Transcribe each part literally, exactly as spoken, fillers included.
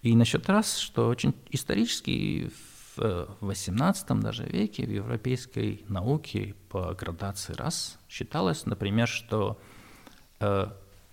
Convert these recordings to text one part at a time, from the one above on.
И насчет рас, что очень исторически в восемнадцатом даже веке в европейской науке по градации рас считалось, например, что э,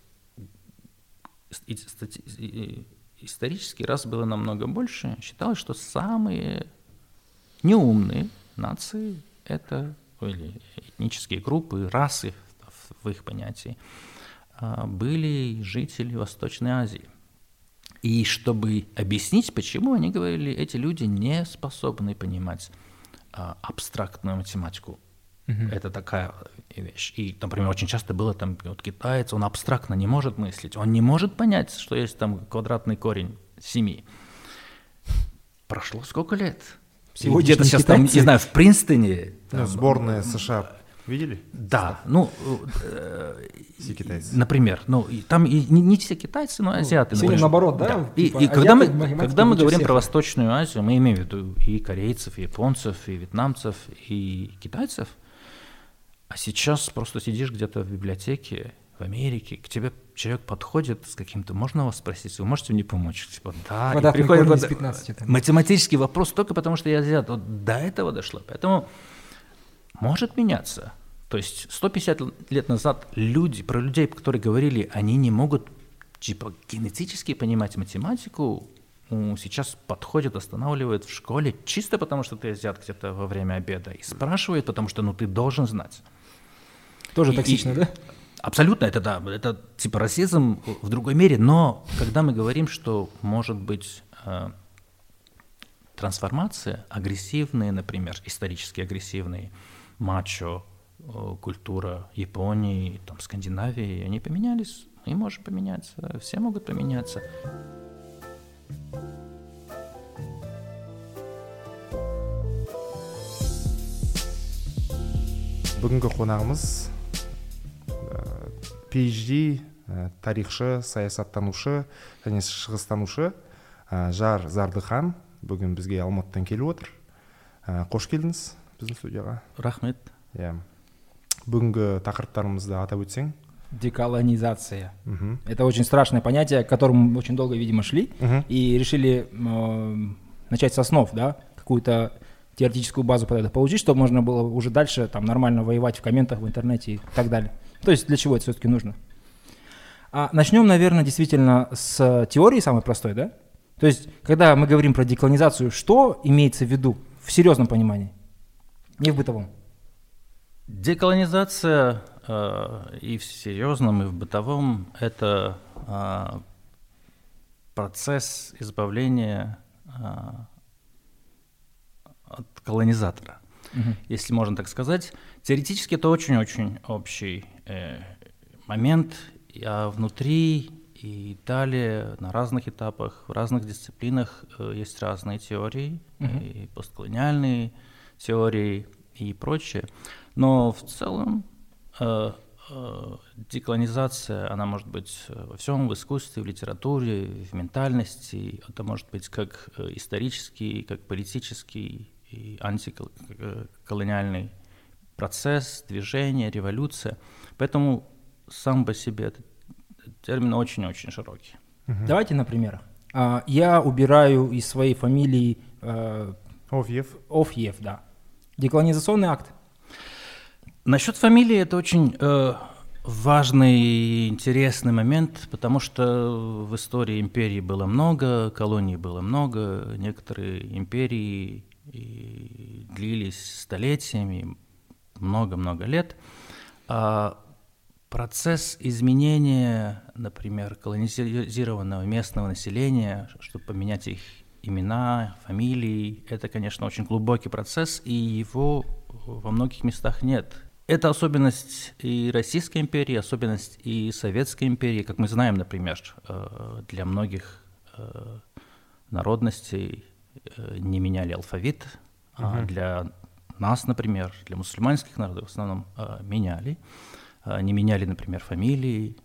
исторически рас было намного больше. Считалось, что самые неумные нации — это, или этнические группы, расы в их понятии, были жители Восточной Азии. И чтобы объяснить, почему, они говорили, эти люди не способны понимать а, абстрактную математику. Mm-hmm. Это такая вещь. И, например, очень часто было там, вот китаец, он абстрактно не может мыслить, он не может понять, что есть там квадратный корень семи. Прошло сколько лет? Где-то сейчас там, не знаю, в Принстоне. Там, ну, сборная США. Видели? Да, ну, э, все китайцы. Например, ну, там и не, не все китайцы, но азиаты. Сегодня наоборот, да? да. И, типа, и когда мы, когда мы говорим всех. Про Восточную Азию, мы имеем в виду и корейцев, и японцев, и вьетнамцев, и китайцев. А сейчас просто сидишь где-то в библиотеке в Америке, к тебе человек подходит с каким-то, можно вас спросить, вы можете мне помочь? Типа, да, и приходит вот, пятнадцати, математический вопрос только потому, что я азиат. Вот до этого дошло. Поэтому может меняться. То есть сто пятьдесят лет назад люди, про людей, которые говорили, они не могут типа генетически понимать математику, сейчас подходят, останавливают в школе чисто потому, что ты азиат где-то во время обеда, и спрашивают, потому что ну ты должен знать. Тоже и, токсично, и, да? Абсолютно, это да, это типа расизм в другой мере, но когда мы говорим, что может быть э, трансформация, агрессивные, например, исторически агрессивные, мачо, э, культура Японии, там, Скандинавии, они поменялись, мы можем поменяться, все могут поменяться. Бүгінгі қонағымыз пи эйч ди, тарихшы, саясаттанушы және шығыстанушы Жар Зардыхан бүгін бізге Алматыдан келіп отыр. Қош келдіңіз біздің студияға. Рахмет. Yeah. Бүгінгі тақырыптарымызды атап өтсең. Деколонизация. Uh-huh. Это очень страшное понятие, к которому мы очень долго, видимо, шли, uh-huh. и решили э, начать с основ, да, какую-то теоретическую базу под это получить, чтобы можно было уже дальше там нормально воевать в комментах, в интернете и так далее. То есть для чего это все-таки нужно? А начнем, наверное, действительно с теории самой простой, да? То есть, когда мы говорим про деколонизацию, что имеется в виду в серьезном понимании, не в бытовом? Деколонизация э, и в серьезном, и в бытовом – это э, процесс избавления э, от колонизатора, uh-huh. если можно так сказать. Теоретически это очень-очень общий э, момент, а внутри и далее на разных этапах, в разных дисциплинах э, есть разные теории, uh-huh. и постколониальные теории и прочее. Но в целом э, э, деколонизация, она может быть во всем, в искусстве, в литературе, в ментальности. Это может быть как исторический, как политический и антиколониальный процесс, движение, революция. Поэтому сам по себе этот термин очень-очень широкий. Uh-huh. Давайте на примерах. А, я убираю из своей фамилии э, Овьев. Овьев, да. Деколонизационный акт. Насчет фамилии это очень э, важный и интересный момент, потому что в истории империи было много, колоний было много, некоторые империи и длились столетиями, много-много лет. А процесс изменения, например, колонизированного местного населения, чтобы поменять их имена, фамилии, это, конечно, очень глубокий процесс, и его во многих местах нет. Это особенность и Российской империи, особенность и Советской империи. Как мы знаем, например, для многих народностей не меняли алфавит, uh-huh. а для нас, например, для мусульманских народов в основном меняли. Не меняли, например, фамилии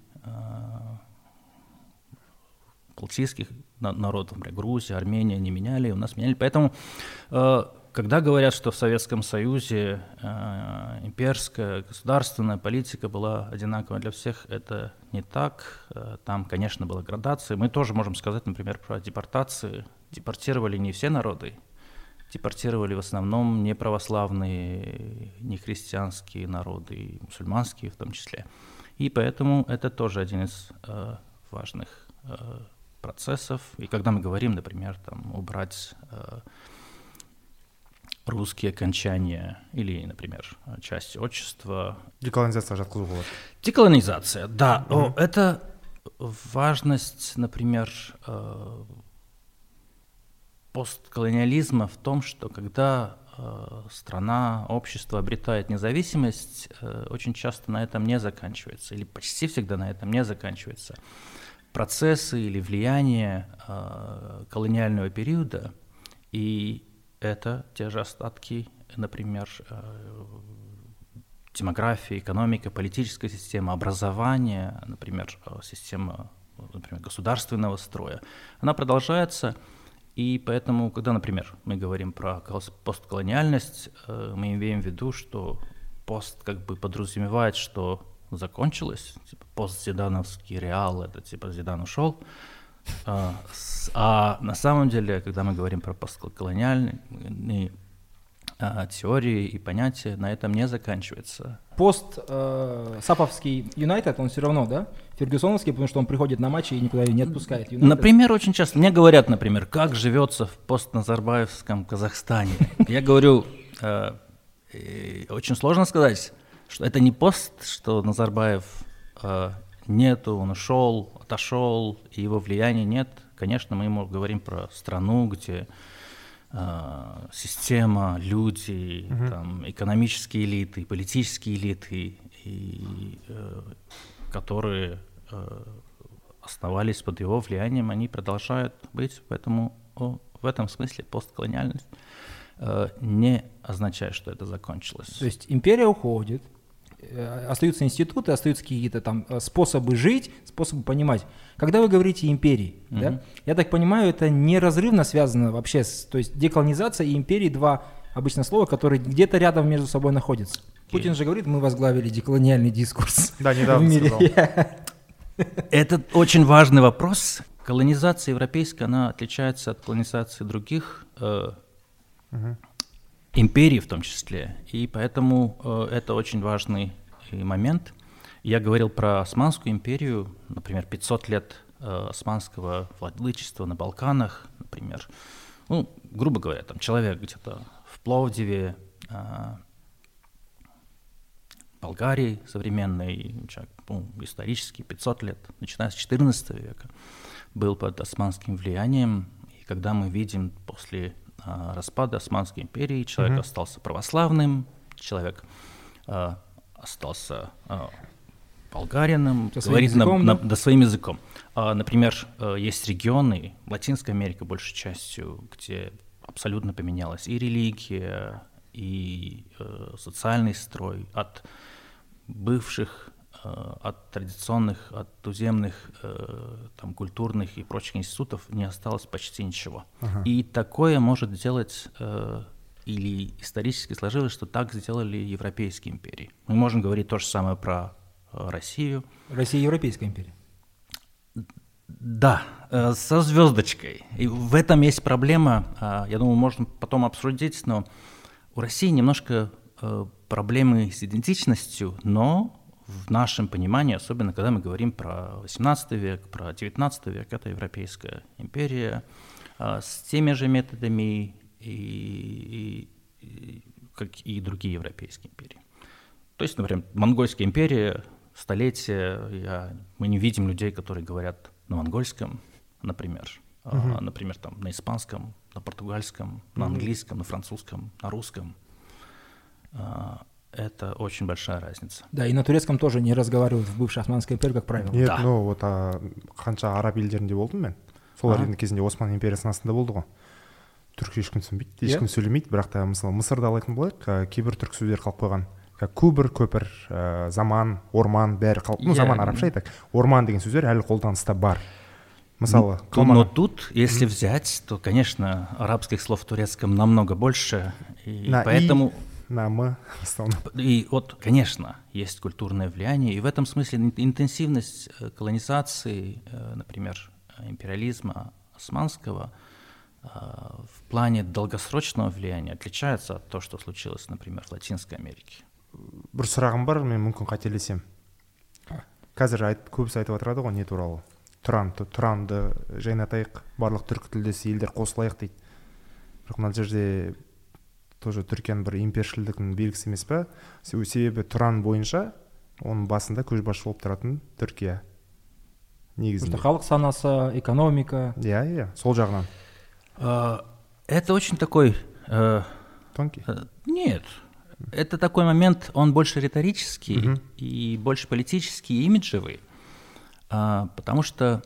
балтийских народов, например, Грузия, Армения не меняли, у нас меняли. Поэтому, когда говорят, что в Советском Союзе э, имперская государственная политика была одинакова для всех, это не так. Э, там, конечно, была градация. Мы тоже можем сказать, например, про депортации. Депортировали не все народы, депортировали в основном не православные, не христианские народы, и мусульманские в том числе. И поэтому это тоже один из э, важных э, процессов. И когда мы говорим, например, там, убрать э, русские окончания или, например, часть отчества. Деколонизация жатқызу болады. Деколонизация, да. Mm-hmm. О, это важность, например, э, постколониализма в том, что когда э, страна, общество обретает независимость, э, очень часто на этом не заканчивается, или почти всегда на этом не заканчивается. Процессы или влияние э, колониального периода, и это те же остатки, например, э, демографии, экономика, политическая система, образование, например, э, система, например, государственного строя, она продолжается. И поэтому, когда, например, мы говорим про постколониальность, мы имеем в виду, что пост как бы подразумевает, что закончилось, типа постзидановский реал, это типа Зидан ушел, а, а на самом деле, когда мы говорим про постколониальные а, теории и понятия, на этом не заканчивается. Пост э, Саповский Юнайтед, он все равно, да? Фергюсоновский, потому что он приходит на матчи и никуда не отпускает. United. Например, очень часто мне говорят, например, как живется в постназарбаевском Казахстане. Я говорю, э, э, очень сложно сказать, что это не пост, что Назарбаев э, нету, он ушел, отошел, и его влияния нет. Конечно, мы ему говорим про страну, где э, система, люди, угу. там, экономические элиты, политические элиты, и, э, которые э, оставались под его влиянием, они продолжают быть. Поэтому о, в этом смысле постколониальность э, не означает, что это закончилось. То есть империя уходит, э, остаются институты, остаются какие-то там способы жить, способы понимать. Когда вы говорите империи, mm-hmm. да, я так понимаю, это неразрывно связано вообще с, то есть деколонизация и империи два обычно слова, которые где-то рядом между собой находятся. Okay. Путин же говорит, мы возглавили деколониальный дискурс. Да, недавно сказал. Это очень важный вопрос. Колонизация европейская, она отличается от колонизации других э, uh-huh. империй в том числе, и поэтому э, это очень важный момент. Я говорил про Османскую империю, например, пятьсот лет э, османского владычества на Балканах, например. Ну, грубо говоря, там человек где-то в Пловдиве, э, Болгарии современной, человек, ну, исторический, пятьсот лет, начиная с четырнадцатого века, был под османским влиянием. И когда мы видим после а, распада Османской империи, человек mm-hmm. остался православным, человек а, остался а, болгарином, со говорит своим языком, на, да? на, да, своим языком. А, например, есть регионы, Латинская Америка большей частью, где абсолютно поменялась и религия, и э, социальный строй от бывших, э, от традиционных, от туземных, э, там, культурных и прочих институтов не осталось почти ничего. Ага. И такое может делать, э, или исторически сложилось, что так сделали европейские империи. Мы можем говорить то же самое про э, Россию. Россия европейская империя. Да, э, со звездочкой. И в этом есть проблема, э, я думаю, можно потом обсудить, но у России немножко э, проблемы с идентичностью, но в нашем понимании, особенно когда мы говорим про восемнадцатый век, про девятнадцатый век, это Европейская империя э, с теми же методами, и, и, и, как и другие европейские империи. То есть, например, Монгольская империя, столетия, я, мы не видим людей, которые говорят на монгольском, например, uh-huh. а, например, там, на испанском, на португальском, на английском, на французском, на русском. А, это очень большая разница. Да, и на турецком тоже не разговаривают в бывшей Османской империи, как правило. Нет, да. ну вот а, қанша араб елдерінде болдым мен. Солар енді кезінде Осман империясының астында болды ғой. Түрік ешкім түсінбейді, ешкім yeah. сөйлемейді, бірақ та мысалы Мысырда алатын болайық, кейбір түрік сөздер қалып қойған. Күбір, көпір, ә, заман, орман, бәрі қалып, ну, yeah. заман арабша айтайық. Орман деген сөздер әлі қолданыста бар. Мысалы, ну, но тут, если взять, то, конечно, арабских слов в турецком намного больше, и на поэтому... И, на м, в основном. И вот, конечно, есть культурное влияние, и в этом смысле интенсивность колонизации, например, империализма османского в плане долгосрочного влияния отличается от того, что случилось, например, в Латинской Америке. Бір сұрағым бар, мен мүмкін қателесем. Қазір айт, көбісі айтып отырады ғой не туралы. Тұран, Тұранды жайнатайық, барлық түркі тілдес елдер қосылайық дейді. Бірақ мына жерде тоже Түркияның бір импершілдігінің белгісі емес па? Себебі Тұран бойынша оның басында көшбасшы болып тұратын Түркия. Негізінде. Халық санасы, экономика. Иә, иә, сол жағынан. Это очень такой... Тонкий? Нет. Это такой момент, он больше риторический uh-huh. и больше политический, и имиджевый, а, потому что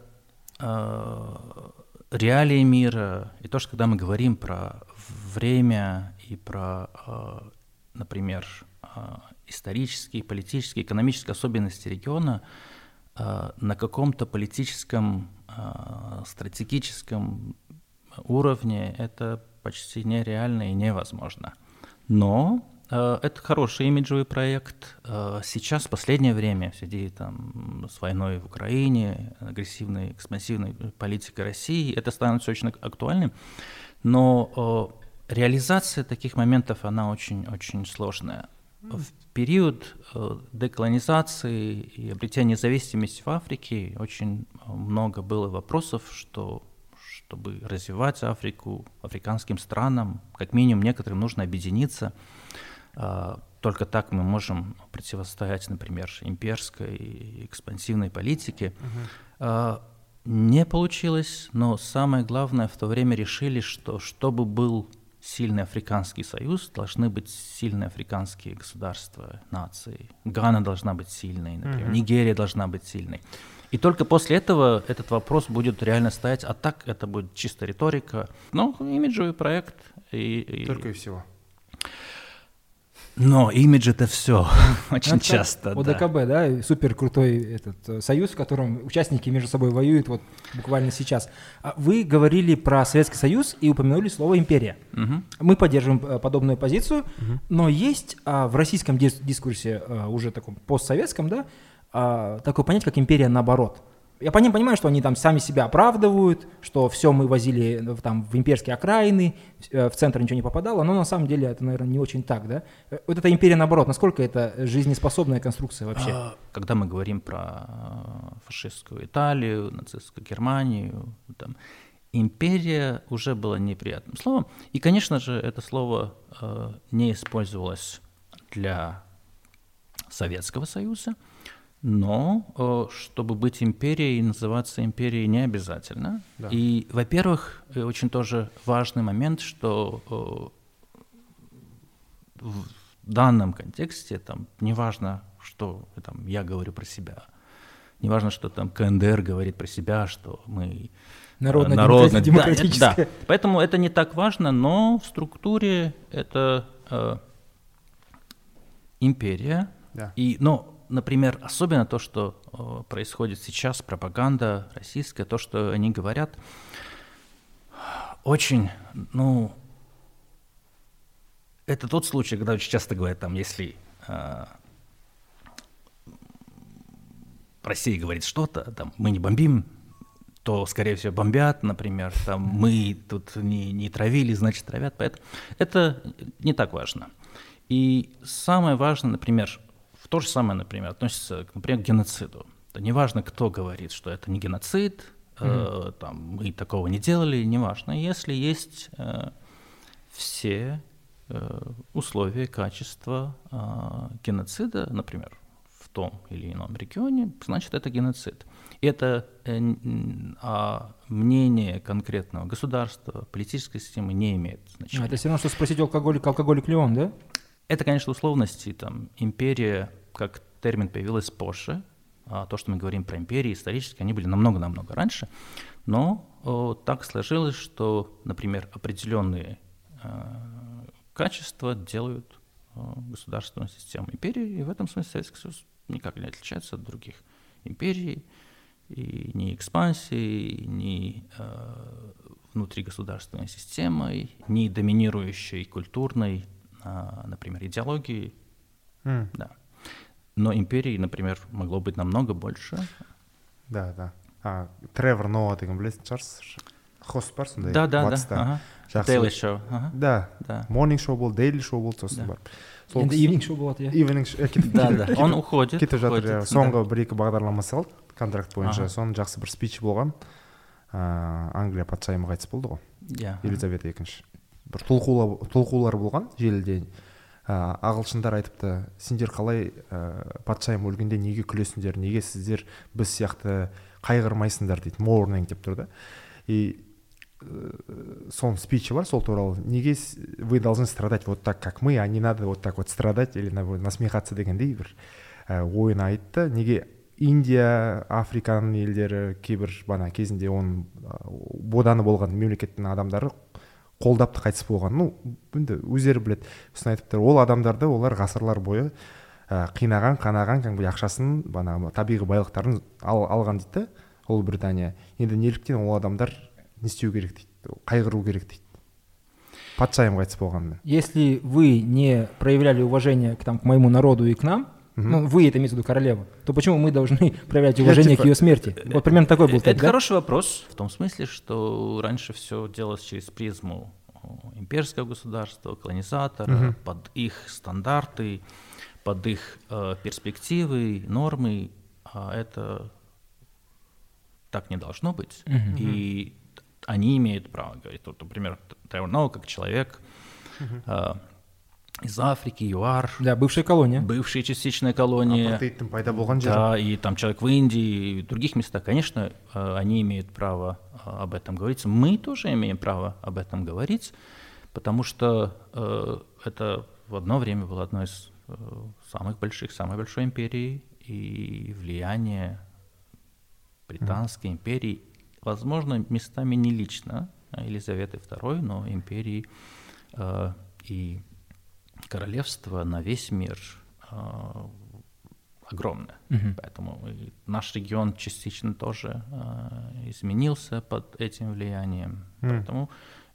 а, реалии мира, и то, что когда мы говорим про время и про, а, например, а, исторические, политические, экономические особенности региона, а, на каком-то политическом, а, стратегическом уровне это почти нереально и невозможно. Но это хороший имиджевый проект. Сейчас, в последнее время, в связи там, с войной в Украине, агрессивной, экспансивной политикой России, это становится очень актуальным. Но реализация таких моментов, она очень-очень сложная. В период деколонизации и обретения независимости в Африке очень много было вопросов, что чтобы развивать Африку, африканским странам, как минимум некоторым нужно объединиться. Только так мы можем противостоять, например, имперской и экспансивной политике. Uh-huh. Не получилось, но самое главное, в то время решили, что чтобы был сильный Африканский союз, должны быть сильные африканские государства, нации. Гана должна быть сильной, например, uh-huh. Нигерия должна быть сильной. И только после этого этот вопрос будет реально стоять, а так это будет чисто риторика. Ну, имиджевый проект. И, и... Только и всего. Но имидж — это все очень это часто. ОДКБ, да, да супер крутой этот союз, в котором участники между собой воюют вот буквально сейчас. Вы говорили про Советский Союз и упомянули слово «империя». Угу. Мы поддерживаем подобную позицию, угу. но есть а, в российском дис- дискурсе, а, уже таком постсоветском, да, а, такое понятие, как империя наоборот. Я понимаю, что они там сами себя оправдывают, что все мы возили там в имперские окраины, в центр ничего не попадало, но на самом деле это, наверное, не очень так, да? Вот эта империя наоборот, насколько это жизнеспособная конструкция вообще? Когда мы говорим про фашистскую Италию, нацистскую Германию, там, империя уже была неприятным словом, и, конечно же, это слово не использовалось для Советского Союза. Но чтобы быть империей, называться империей не обязательно. Да. И, во-первых, очень тоже важный момент, что в данном контексте, там, неважно, что там, я говорю про себя, неважно, что там КНДР говорит про себя, что мы народно-демократическая. Да, да. Поэтому это не так важно, но в структуре это э, империя. Да. И, но например, особенно то, что э, происходит сейчас, пропаганда российская, то, что они говорят, очень, ну, это тот случай, когда очень часто говорят, там, если э, Россия говорит что-то, там, мы не бомбим, то, скорее всего, бомбят, например, там, мы тут не, не травили, значит, травят, поэтому это не так важно. И самое важное, например, то же самое, например, относится, например, к геноциду. Да неважно, кто говорит, что это не геноцид, mm-hmm. э, там, мы такого не делали, неважно. Если есть э, все э, условия, качества э, геноцида, например, в том или ином регионе, значит, это геноцид. Это э, а мнение конкретного государства, политической системы не имеет значения. А это все равно, что спросить алкоголик, алкоголик ли он, да? Это, конечно, условности. Там, империя, как термин, появилась позже. А то, что мы говорим про империи исторически, они были намного-намного раньше. Но о, так сложилось, что, например, определенные э, качества делают э, государственную систему империи. И в этом смысле Советский Союз никак не отличается от других империй. и ни экспансией, ни э, внутригосударственной системой, ни доминирующей культурной, э, например, идеологией. Mm. Да. Но империи, например, могло быть намного больше. Да, да. А, Тревор Ноа деген білесің шығарсыз. Хост бар сондай. Да, да, батыста. да. Ага. Жақсы. Daily Show. Ага. Да. Да. Morning Show болды, Daily Show болды, сосын Да. бар. Енді evening show болады, иә. Evening Show. кетіп- Да, кетіп- да. Он уходит. кетіп жатыр. уходит. иә. Соңғы бір-екі бағдарламасы қалды контракт бойынша. Ага. Соның жақсы бір спичі болған. Ә, Англия патшайымы қайтыс болды ғой. Yeah. Елизавета екінші. Бір толқулар, толқулар болған желіде. Ә, ағылшындар айтыпты, сендер қалай ә, патшайым өлгенде неге күлесіңдер, неге сіздер біз сияқты қайғырмайсыңдар дейді, mourning деп тұр да. И ә, соның спичі бар сол туралы. Неге с- вы должны страдать вот так, как мы, а не надо вот так вот страдать или насмехаться дегендей бір ә, ойын айтты. Неге Индия, Африканың елдері кейбір бана кезінде оның ә, боданы болған мемлекеттің адамдары қолдапты қайтыс болған. Ну, енді өздері біледі. Сосын айтыптыр, ол адамдарды олар ғасырлар бойы ә, қинаған, қанаған, кәдімгі ақшасын, бана табиғи байлықтарын ал, алған дейді. Ұлыбритания. Енді неліктен ол адамдар не істеу керек дейді, қайғыру керек дейді. Патшайым қайтыс болғанымен. Если вы не проявляли уважение к, там, к моему народу и к нам, Мгм. ну, вы, это имеется в виду королева, то почему мы должны проявлять уважение типа- к ее смерти? Вот примерно такой был Это тег, да? хороший вопрос, в том смысле, что раньше все делалось через призму о, имперского государства, колонизатора, Мгм. под их стандарты, под их э, перспективы, нормы. А это так не должно быть. Мгм. И они имеют право говорить. Вот, например, Тревор Ноа, как человек э, из Африки, ЮАР, Да, бывшая колония. бывшие частичные колонии. Апартейдтің пайда болған жері. Да, и там человек в Индии, и в других местах, конечно, э, они имеют право э, об этом говорить. Мы тоже имеем право об этом говорить, потому что э, это в одно время было одной из э, самых больших, самой большой империи, и влияние Британской империи, возможно, местами не лично Елизаветы второй, но империи э, и королевство на весь мир э, огромное. Мгм. Поэтому и наш регион частично тоже э, изменился под этим влиянием. М. Поэтому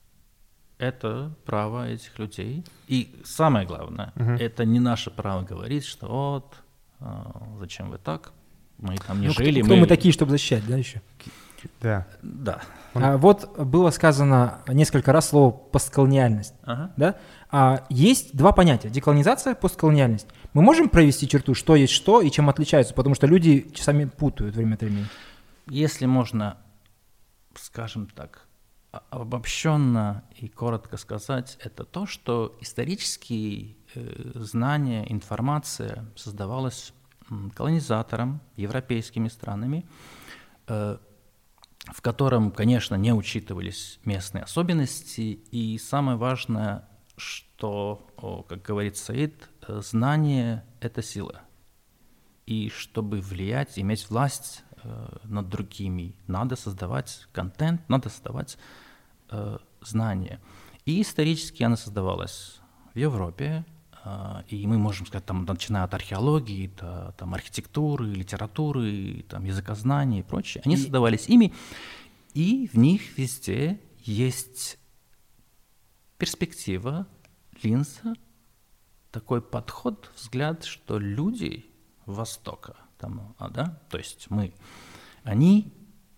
это право этих людей. И самое главное, Мгм. это не наше право говорить, что вот, э, зачем вы так, мы там не Ну, кто- жили. кто мы такие, чтобы защищать, да, еще? Да. Да. Он- А вот было сказано несколько раз слово постколониальность, Ага. да? А есть два понятия: деколонизация, постколониальность. Мы можем провести черту, что есть что и чем отличаются, потому что люди часами путают время от времени. Если можно, скажем так, о- обобщенно и коротко сказать, это то, что исторические э, знания, информация создавалась м, колонизатором, европейскими странами, э, в котором, конечно, не учитывались местные особенности, и самое важное, что, о, как говорит Саид, э, знание — это сила. И чтобы влиять, иметь власть э, над другими, надо создавать контент, надо создавать э, знания. И исторически она создавалась в Европе, э, и мы можем сказать, там, начиная от археологии, до, там, архитектуры, литературы, там, языкознания и прочее, они И- создавались ими, и в них везде есть перспектива, линза, такой подход, взгляд, что люди Востока, там, а, да, то есть мы, они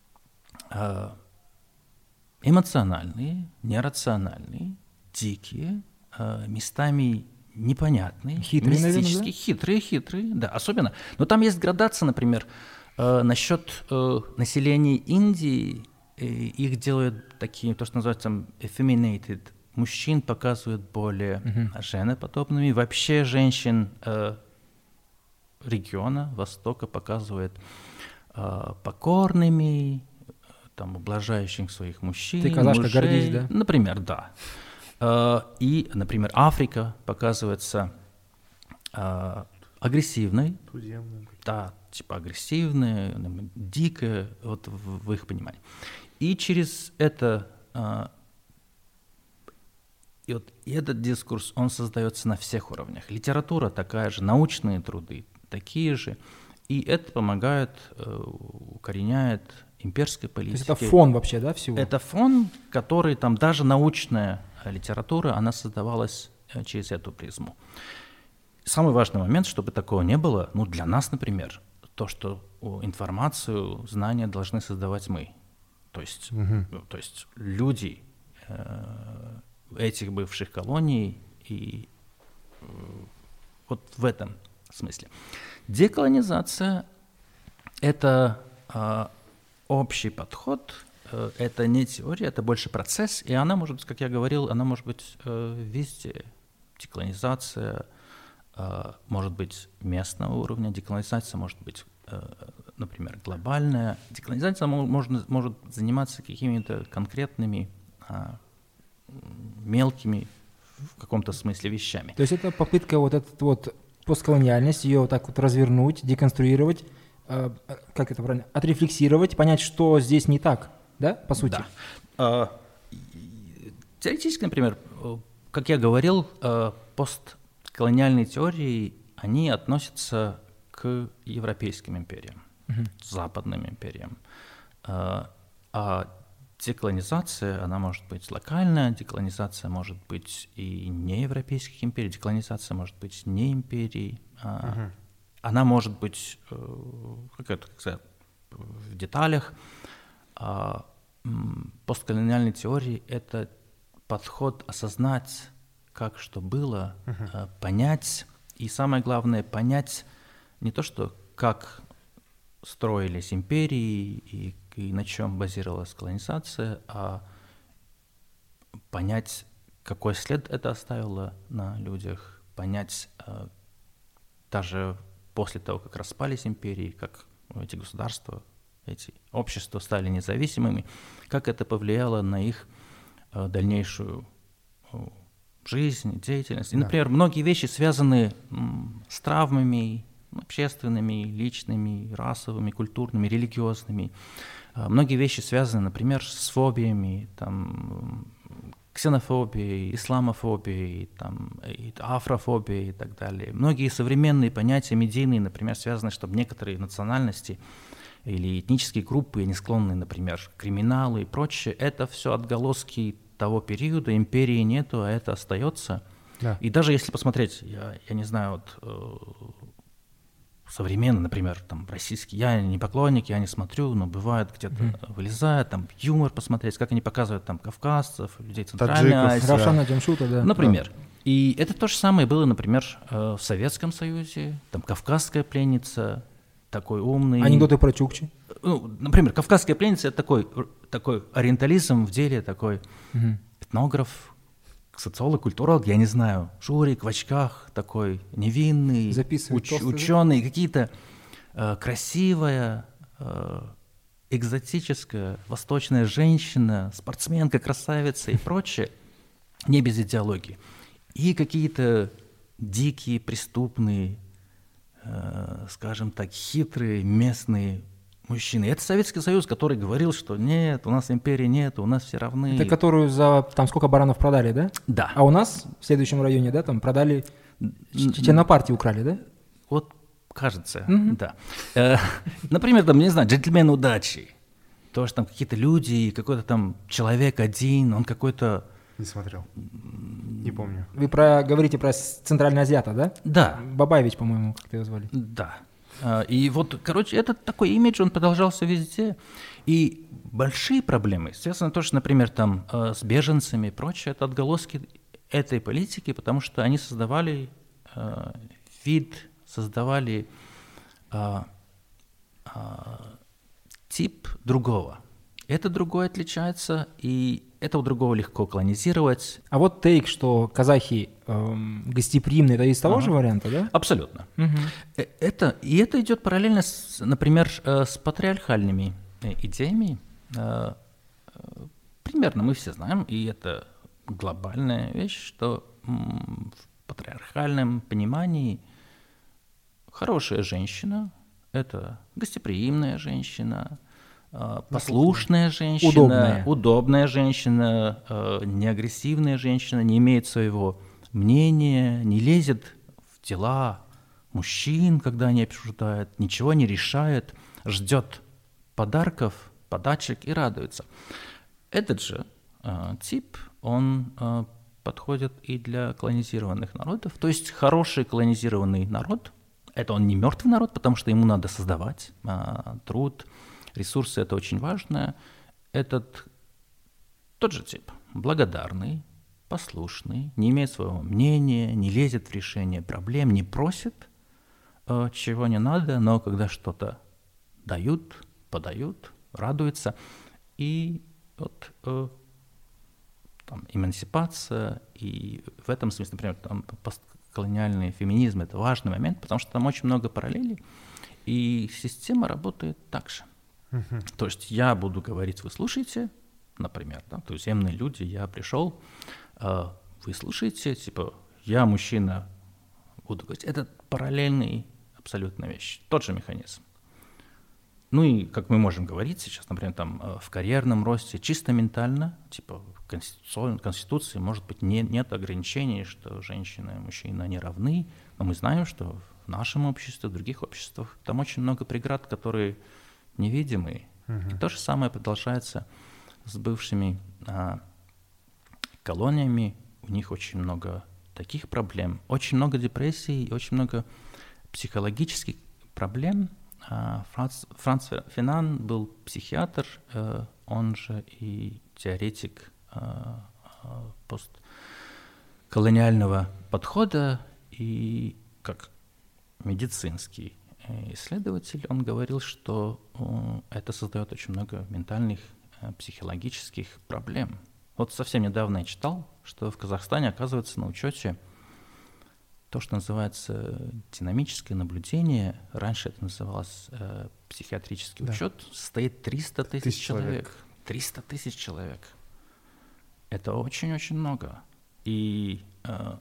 э, эмоциональные, нерациональные, дикие, э, местами непонятные, Хитрые, наверное, мистические, да? хитрые, хитрые, да, особенно. Но там есть градация, например, э, насчет э, населения Индии, э, их делают такие, то, что называется там, effeminated, мужчин показывают более Мгм. женоподобными, вообще женщин э, региона Востока показывает э, покорными, э, там, ублажающих своих мужчин, Ты, казашка, мужей. гордись, да? Например, да. Э, и, например, Африка показывается э, агрессивной, Туземный. да, типа агрессивная, м, дикая, вот в, в их понимании. И через это, а, и вот этот дискурс, он создается на всех уровнях. Литература такая же, научные труды такие же. и это помогает, укореняет имперской политики. То есть это фон вообще, да, всего? Это фон, который там даже научная литература, она создавалась через эту призму. Самый важный момент, чтобы такого не было, ну, для нас, например, то, что информацию, знания должны создавать мы. То есть, угу. то есть люди э, этих бывших колоний и э, вот в этом смысле. Деколонизация – это э, общий подход, э, это не теория, это больше процесс, и она может быть, как я говорил, она может быть э, везде. Деколонизация э, может быть местного уровня, деколонизация может быть, э, например, глобальная. Деколонизация может, может заниматься какими-то конкретными, э, мелкими в каком-то смысле вещами. То есть это попытка вот этот вот постколониальность, ее вот так вот развернуть, деконструировать, э, как это правильно, отрефлексировать, понять, что здесь не так, да, по сути? Да. Теоретически, например, как я говорил, постколониальные теории, они относятся к европейским империям, угу. западным империям. А деколонизация, она может быть локальная, деколонизация может быть и не европейских империй, деколонизация может быть не империй, угу. она может быть как сказать, в деталях. А постколониальные теории – это подход осознать, как что было, uh-huh. понять, и самое главное, понять не то, что как строились империи и, и на чем базировалась колонизация, а понять, какой след это оставило на людях, понять даже после того, как распались империи, как эти государства, эти общества стали независимыми, как это повлияло на их дальнейшую жизнь, деятельность. И, да. например, многие вещи связаны м, с травмами общественными, личными, расовыми, культурными, религиозными. А, многие вещи связаны, например, с фобиями, там, ксенофобией, исламофобией, там, и афрофобией и так далее. Многие современные понятия медийные, например, связаны, чтобы некоторые национальности или этнические группы, не склонны, например, к криминалу и прочее, это все отголоски того периода, империи нету, а это остается. Да. И даже если посмотреть, я, я не знаю, вот, э, современный, например, там, российский, я не поклонник, я не смотрю, но бывает где-то mm. вылезает, там, юмор посмотреть, как они показывают там кавказцев, людей Центральной Азии. Равшана Джамшута, да. Например. Да. И это то же самое было, например, в Советском Союзе, там, кавказская пленница, такой умный. Анекдоты про Чукчи? Ну, например, кавказская пленница – это такой, такой ориентализм в деле, такой угу. этнограф, социолог, культуролог, я не знаю, Шурик в очках, такой невинный, уч, ученый, какие-то э, красивая, э, экзотическая восточная женщина, спортсменка, красавица и прочее, не без идеологии. И какие-то дикие, преступные, э, скажем так, хитрые местные мужчины. Это Советский Союз, который говорил, что нет, у нас империи нет, у нас все равны. Это которую за там сколько баранов продали, да? Да. А у нас в следующем районе, да, там продали, чеченопартии украли, да? Вот, кажется, mm-hmm. да. Э, например, там, не знаю, джентльмен удачи. Тоже там какие-то люди, какой-то там человек один, он какой-то... Не смотрел, не помню. Вы про, говорите про Центральный Азиата, да? Да. Бабаевич, по-моему, как его звали. Да. И вот, короче, этот такой имидж, он продолжался везде. И большие проблемы связаны тоже, например, там, с беженцами и прочее. Это отголоски этой политики, потому что они создавали э, вид, создавали э, э, тип другого. Это другое отличается, и этого другого легко колонизировать. А вот тейк, что казахи эм, гостеприимные, это из того ага. же варианта, да? Абсолютно. Угу. Это, и это идет параллельно, с, например, с патриархальными идеями. Примерно мы все знаем, и это глобальная вещь, что в патриархальном понимании хорошая женщина – это гостеприимная женщина, послушная женщина, удобная, удобная женщина, э, неагрессивная женщина, не имеет своего мнения, не лезет в дела мужчин, когда они обсуждают, ничего не решает, ждет подарков, подачек и радуется. Этот же э, тип, он э, подходит и для колонизированных народов. То есть хороший колонизированный народ, это он не мертвый народ, потому что ему надо создавать э, труд, ресурсы, это очень важно. Этот тот же тип, благодарный, послушный, не имеет своего мнения, не лезет в решение проблем, не просит, э, чего не надо, но когда что-то дают, подают, радуется. И вот э, там, эмансипация, и в этом смысле, например, там, постколониальный феминизм – это важный момент, потому что там очень много параллелей, и система работает так же. Uh-huh. То есть я буду говорить, вы слушаете, например, да, туземные люди, я пришел, э, вы слушаете, типа, я мужчина, буду говорить, это параллельный абсолютно вещь, тот же механизм. Ну и, как мы можем говорить сейчас, например, там, в карьерном росте, чисто ментально, типа в Конституции, Конституции может быть, не, нет ограничений, что женщина и мужчина не равны, но мы знаем, что в нашем обществе, в других обществах, там очень много преград, которые невидимые. Uh-huh. И то же самое продолжается с бывшими а, колониями. У них очень много таких проблем, очень много депрессий, очень много психологических проблем. Франц, Франц Фенан был психиатр, э, он же и теоретик э, постколониального подхода, и как медицинский исследователь он говорил, что э, это создает очень много ментальных, э, психологических проблем. Вот совсем недавно я читал, что в Казахстане, оказывается, на учете то, что называется динамическое наблюдение, раньше это называлось э, психиатрический да. учет, состоит триста тысяч человек. триста тысяч человек. Это очень-очень много. И э,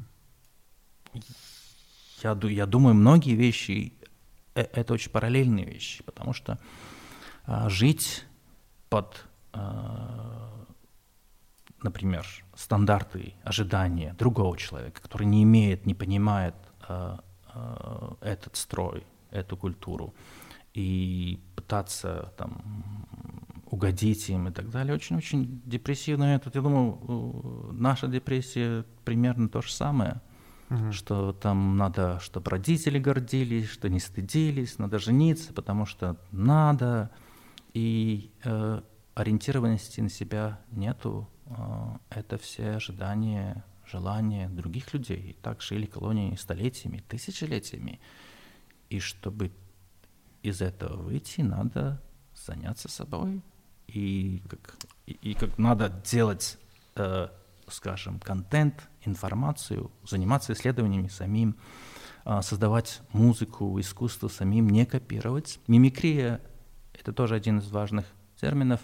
я, я думаю, многие вещи, э, это очень параллельные вещи, потому что э, жить под... Э, например, стандарты, ожидания другого человека, который не имеет, не понимает э, э, этот строй, эту культуру, и пытаться там, угодить им и так далее, очень-очень депрессивно. Это, я думаю, наша депрессия примерно то же самое, угу. что там надо, чтобы родители гордились, что не стыдились, надо жениться, потому что надо, и э, ориентированности на себя нету. Это все ожидания, желания других людей. И так жили колонии столетиями, тысячелетиями. И чтобы из этого выйти, надо заняться собой. И как, и, и как надо делать, э, скажем, контент, информацию, заниматься исследованиями самим, э, создавать музыку, искусство самим, не копировать. Мимикрия — это тоже один из важных терминов,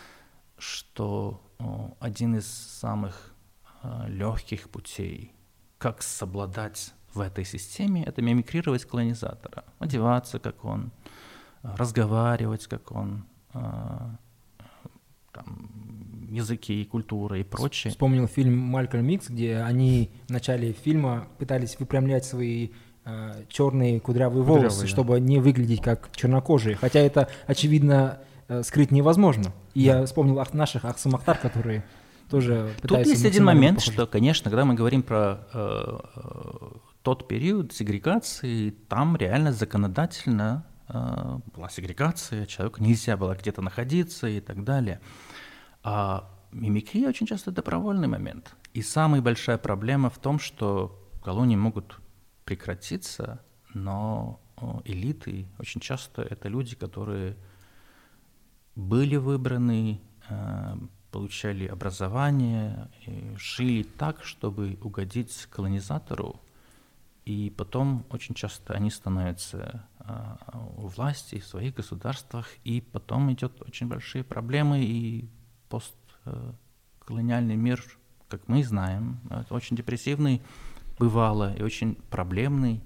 что один из самых э, легких путей, как совладать в этой системе, это мимикрировать колонизатора, одеваться, как он, разговаривать, как он, э, там, языки, культура и прочее. Вспомнил фильм «Малькольм Икс», где они в начале фильма пытались выпрямлять свои э, черные кудрявые волосы, кудрявые, чтобы да. не выглядеть как чернокожие, хотя это, очевидно, скрыть невозможно. И да. я вспомнил ах, наших Ахсамахтар, которые тоже пытаются... Тут есть один момент, похожи. Что, конечно, когда мы говорим про э, э, тот период сегрегации, там реально законодательно э, была сегрегация, человеку нельзя было где-то находиться и так далее. А мимикрия очень часто добровольный момент. И самая большая проблема в том, что колонии могут прекратиться, но э, элиты очень часто это люди, которые были выбраны, получали образование, жили так, чтобы угодить колонизатору, и потом очень часто они становятся у власти в своих государствах, и потом идет очень большие проблемы, и постколониальный мир, как мы знаем, это очень депрессивный бывало и очень проблемный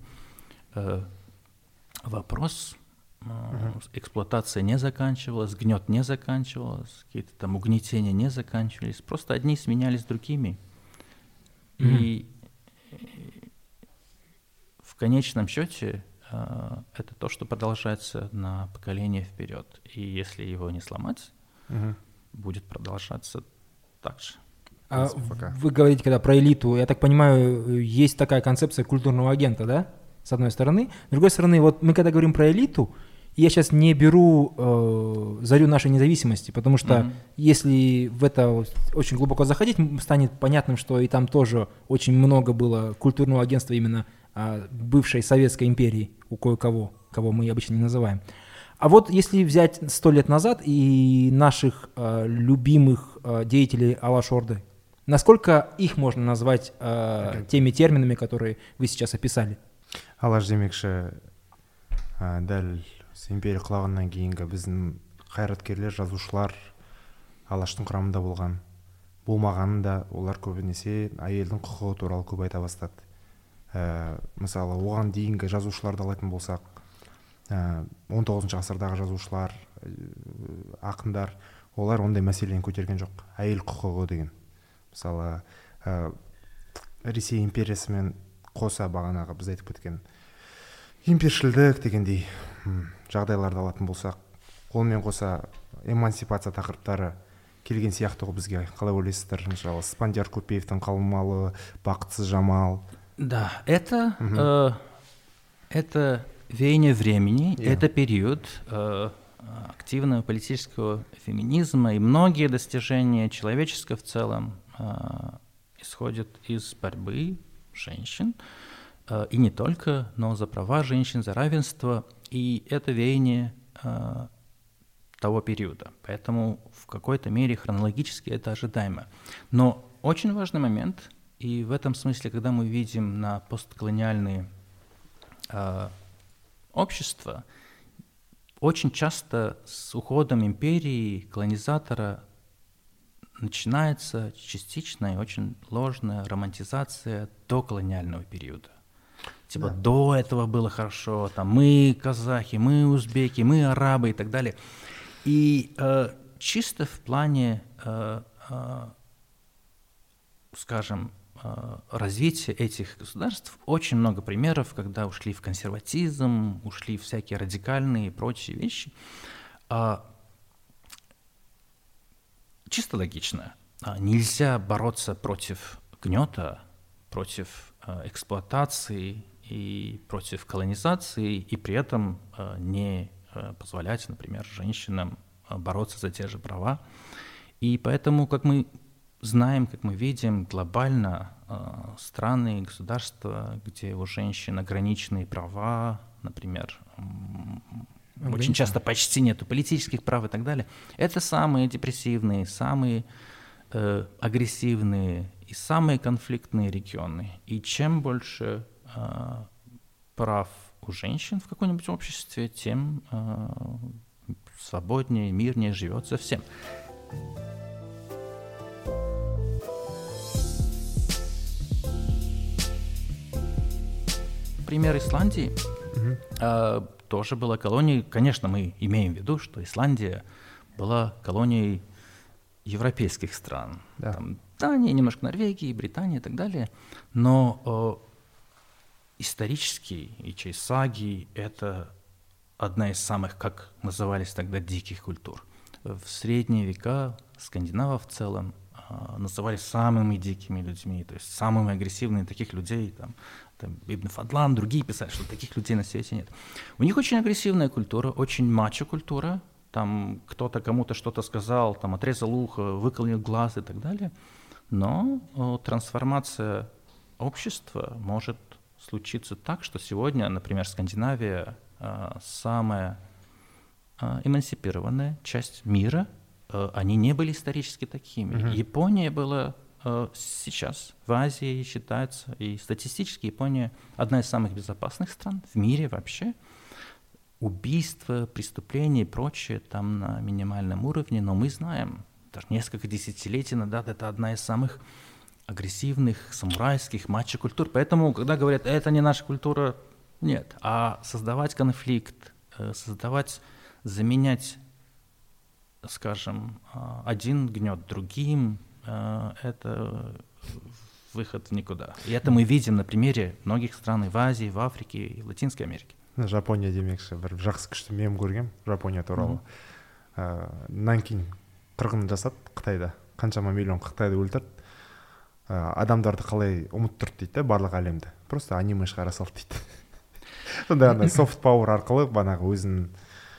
вопрос. Uh-huh. Эксплуатация не заканчивалась, гнет не заканчивалась, какие-то там угнетения не заканчивались, просто одни сменялись другими. Uh-huh. И в конечном счете э, это то, что продолжается на поколение вперед. И если его не сломать, угу. будет продолжаться так же. А вы говорите, когда про элиту, я так понимаю, есть такая концепция культурного агента, да, с одной стороны. С другой стороны, вот мы когда говорим про элиту, я сейчас не беру э, зарю нашей независимости, потому что mm-hmm. если в это очень глубоко заходить, станет понятным, что и там тоже очень много было культурного агентства именно э, бывшей Советской империи у кое-кого, кого мы обычно не называем. А вот если взять сто лет назад и наших э, любимых э, деятелей Алаш-Орды, насколько их можно назвать э, теми терминами, которые вы сейчас описали? Алаш демекші ә, дәл империя құлағаннан кейінгі біздің қайраткерлер, жазушылар Алаштың құрамында болған. Болмағанын да олар көбінесе әйелдің құқығы туралы көп айта бастады. Ә, мысалы, оған дейінгі жазушыларды алатын болсақ, ә, он тоғызыншы ғасырдағы жазушылар, ә, ақындар, олар ондай мәселені көтерген жоқ. Әйел құқығы деген. Мысалы, ә, Ресей империясымен қоса бағанағы біз айтып кеткен импершілдік дегендей жағдайларды алатын болсақ, қолмен қоса эмансипация тақырыптары келген сияқты ғой бізге. Қалай ойлайсыздар? Мысалы, Спандияр Көпеевтің Қалмалы, Бақытсыз Жамал. Да, это, э, это веяние времени, yeah. это период э, активного политического феминизма, и многие достижения человеческого в целом э, исходят из борьбы женщин, э, и не только, но за права женщин, за равенство, и это веяние э, того периода. Поэтому в какой-то мере хронологически это ожидаемо. Но очень важный момент, и в этом смысле, когда мы видим на постколониальные э, общества, очень часто с уходом империи, колонизатора начинается частичная и очень ложная романтизация доколониального периода. Типа, да. До этого было хорошо, там, мы казахи, мы узбеки, мы арабы и так далее. И э, чисто в плане, э, э, скажем, э, развития этих государств очень много примеров, когда ушли в консерватизм, ушли в всякие радикальные и прочие вещи. Э, чисто логично. Э, нельзя бороться против гнета, против э, эксплуатации и против колонизации, и при этом э, не э, позволять, например, женщинам э, бороться за те же права. И поэтому, как мы знаем, как мы видим, глобально э, страны и государства, где у женщин ограниченные права, например, э, очень часто почти нету политических прав и так далее, это самые депрессивные, самые э, агрессивные и самые конфликтные регионы. И чем больше э, прав у женщин в каком-нибудь обществе, тем э, свободнее, мирнее живется всем. Пример Исландии mm-hmm. э, тоже была колонией. Конечно, мы имеем в виду, что Исландия была колонией европейских стран. Да. Там, Дания, немножко Норвегии, Британии и так далее. Но э, исторически ичей саги — это одна из самых, как назывались тогда, диких культур. В средние века скандинавов в целом э, называли самыми дикими людьми, то есть самыми агрессивными. Таких людей, там, там Ибн Фадлан, другие писали, что таких людей на свете нет. У них очень агрессивная культура, очень мачо-культура. Там кто-то кому-то что-то сказал, там отрезал ухо, выколол глаз и так далее. Но о, трансформация общества может случиться так, что сегодня, например, Скандинавия э, самая э, эмансипированная часть мира. Э, они не были исторически такими. Mm-hmm. Япония была э, сейчас в Азии считается, и статистически Япония одна из самых безопасных стран в мире вообще. Убийства, преступления и прочее там на минимальном уровне, но мы знаем, даже несколько десятилетий назад это одна из самых агрессивных, самурайских, мачо-культур. Поэтому, когда говорят, это не наша культура, нет. А создавать конфликт, создавать, заменять, скажем, один гнет другим, это выход в никуда. И это мы видим на примере многих стран в Азии, в Африке и в Латинской Америке. Жапония демекші бір жақсы күшті мем көргем Жапония туралы. Нан кейін қырғын жасады Қытайда. Қаншама миллион Қытайды өлтірді. Адамдарды қалай ұмыттырды дейді, барлық әлемді. Просто аниме шығара салды дейді. Сонда ана soft power арқылы банағы өзін